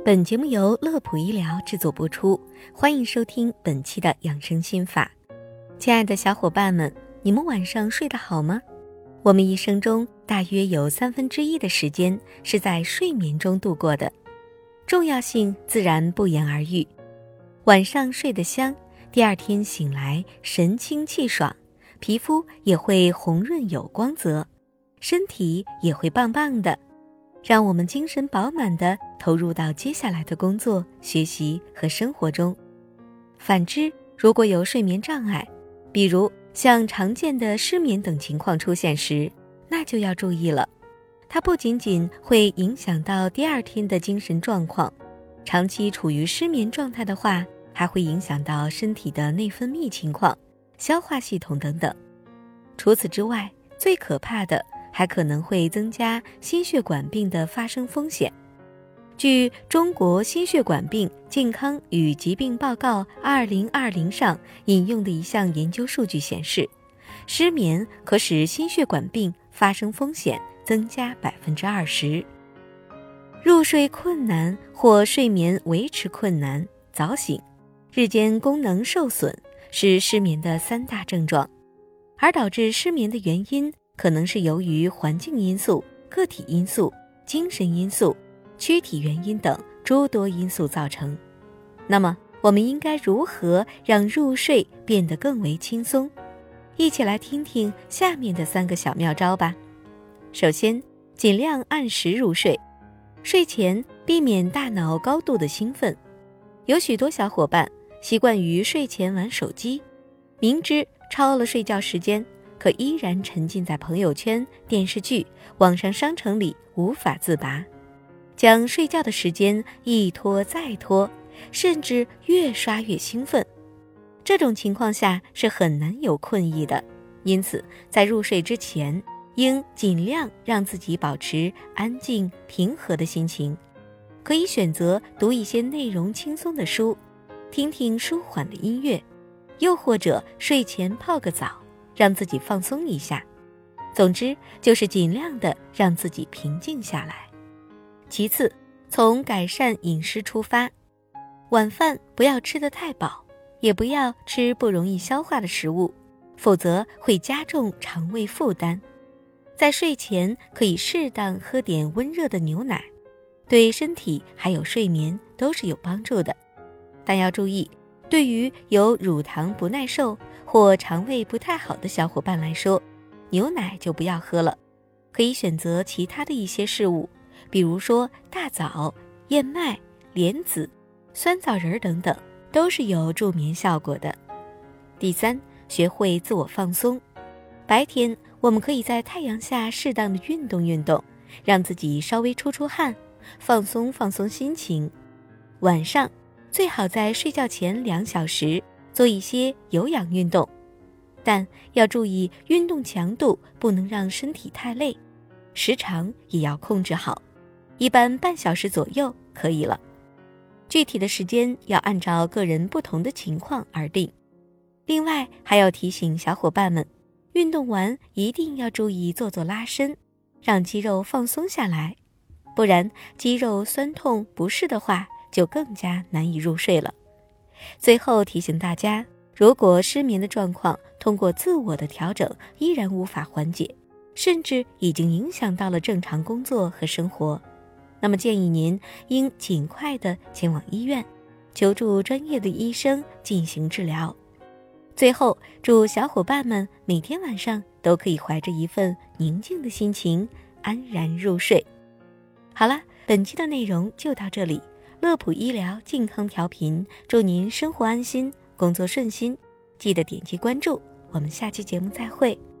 本节目由乐普医疗制作播出，欢迎收听本期的养生心法。亲爱的小伙伴们，你们晚上睡得好吗？我们一生中大约有1/3的时间是在睡眠中度过的，重要性自然不言而喻。晚上睡得香，第二天醒来神清气爽，皮肤也会红润有光泽，身体也会棒棒的，让我们精神饱满地投入到接下来的工作、学习和生活中。反之，如果有睡眠障碍，比如像常见的失眠等情况出现时，那就要注意了。它不仅仅会影响到第二天的精神状况，长期处于失眠状态的话，还会影响到身体的内分泌情况、消化系统等等。除此之外，最可怕的还可能会增加心血管病的发生风险。据中国心血管病健康与疾病报告2020上引用的一项研究数据显示，失眠可使心血管病发生风险增加20%。入睡困难或睡眠维持困难、早醒、日间功能受损是失眠的3大症状，而导致失眠的原因可能是由于环境因素、个体因素、精神因素、躯体原因等诸多因素造成。那么，我们应该如何让入睡变得更为轻松？一起来听听下面的3个小妙招吧。首先，尽量按时入睡，睡前避免大脑高度的兴奋。有许多小伙伴习惯于睡前玩手机，明知超了睡觉时间，可依然沉浸在朋友圈、电视剧、网上商城里无法自拔，将睡觉的时间一拖再拖，甚至越刷越兴奋。这种情况下是很难有困意的，因此在入睡之前，应尽量让自己保持安静平和的心情，可以选择读一些内容轻松的书，听听舒缓的音乐，又或者睡前泡个澡，让自己放松一下。总之，就是尽量的让自己平静下来。其次，从改善饮食出发，晚饭不要吃得太饱，也不要吃不容易消化的食物，否则会加重肠胃负担。在睡前可以适当喝点温热的牛奶，对身体还有睡眠都是有帮助的。但要注意，对于有乳糖不耐受或肠胃不太好的小伙伴来说，牛奶就不要喝了，可以选择其他的一些事物，比如说大枣、燕麦、莲子、酸枣仁等等，都是有助眠效果的。第三，学会自我放松。白天我们可以在太阳下适当的运动运动，让自己稍微出汗，放松放松心情。晚上最好在睡觉前2小时做一些有氧运动，但要注意运动强度不能让身体太累，时长也要控制好，一般半小时左右可以了。具体的时间要按照个人不同的情况而定。另外还要提醒小伙伴们，运动完一定要注意做拉伸，让肌肉放松下来，不然肌肉酸痛不适的话，就更加难以入睡了。最后提醒大家，如果失眠的状况通过自我的调整依然无法缓解，甚至已经影响到了正常工作和生活，那么建议您应尽快的前往医院，求助专业的医生进行治疗。最后，祝小伙伴们每天晚上都可以怀着一份宁静的心情安然入睡。好了，本期的内容就到这里。乐普医疗健康调频，祝您生活安心，工作顺心。记得点击关注，我们下期节目再会。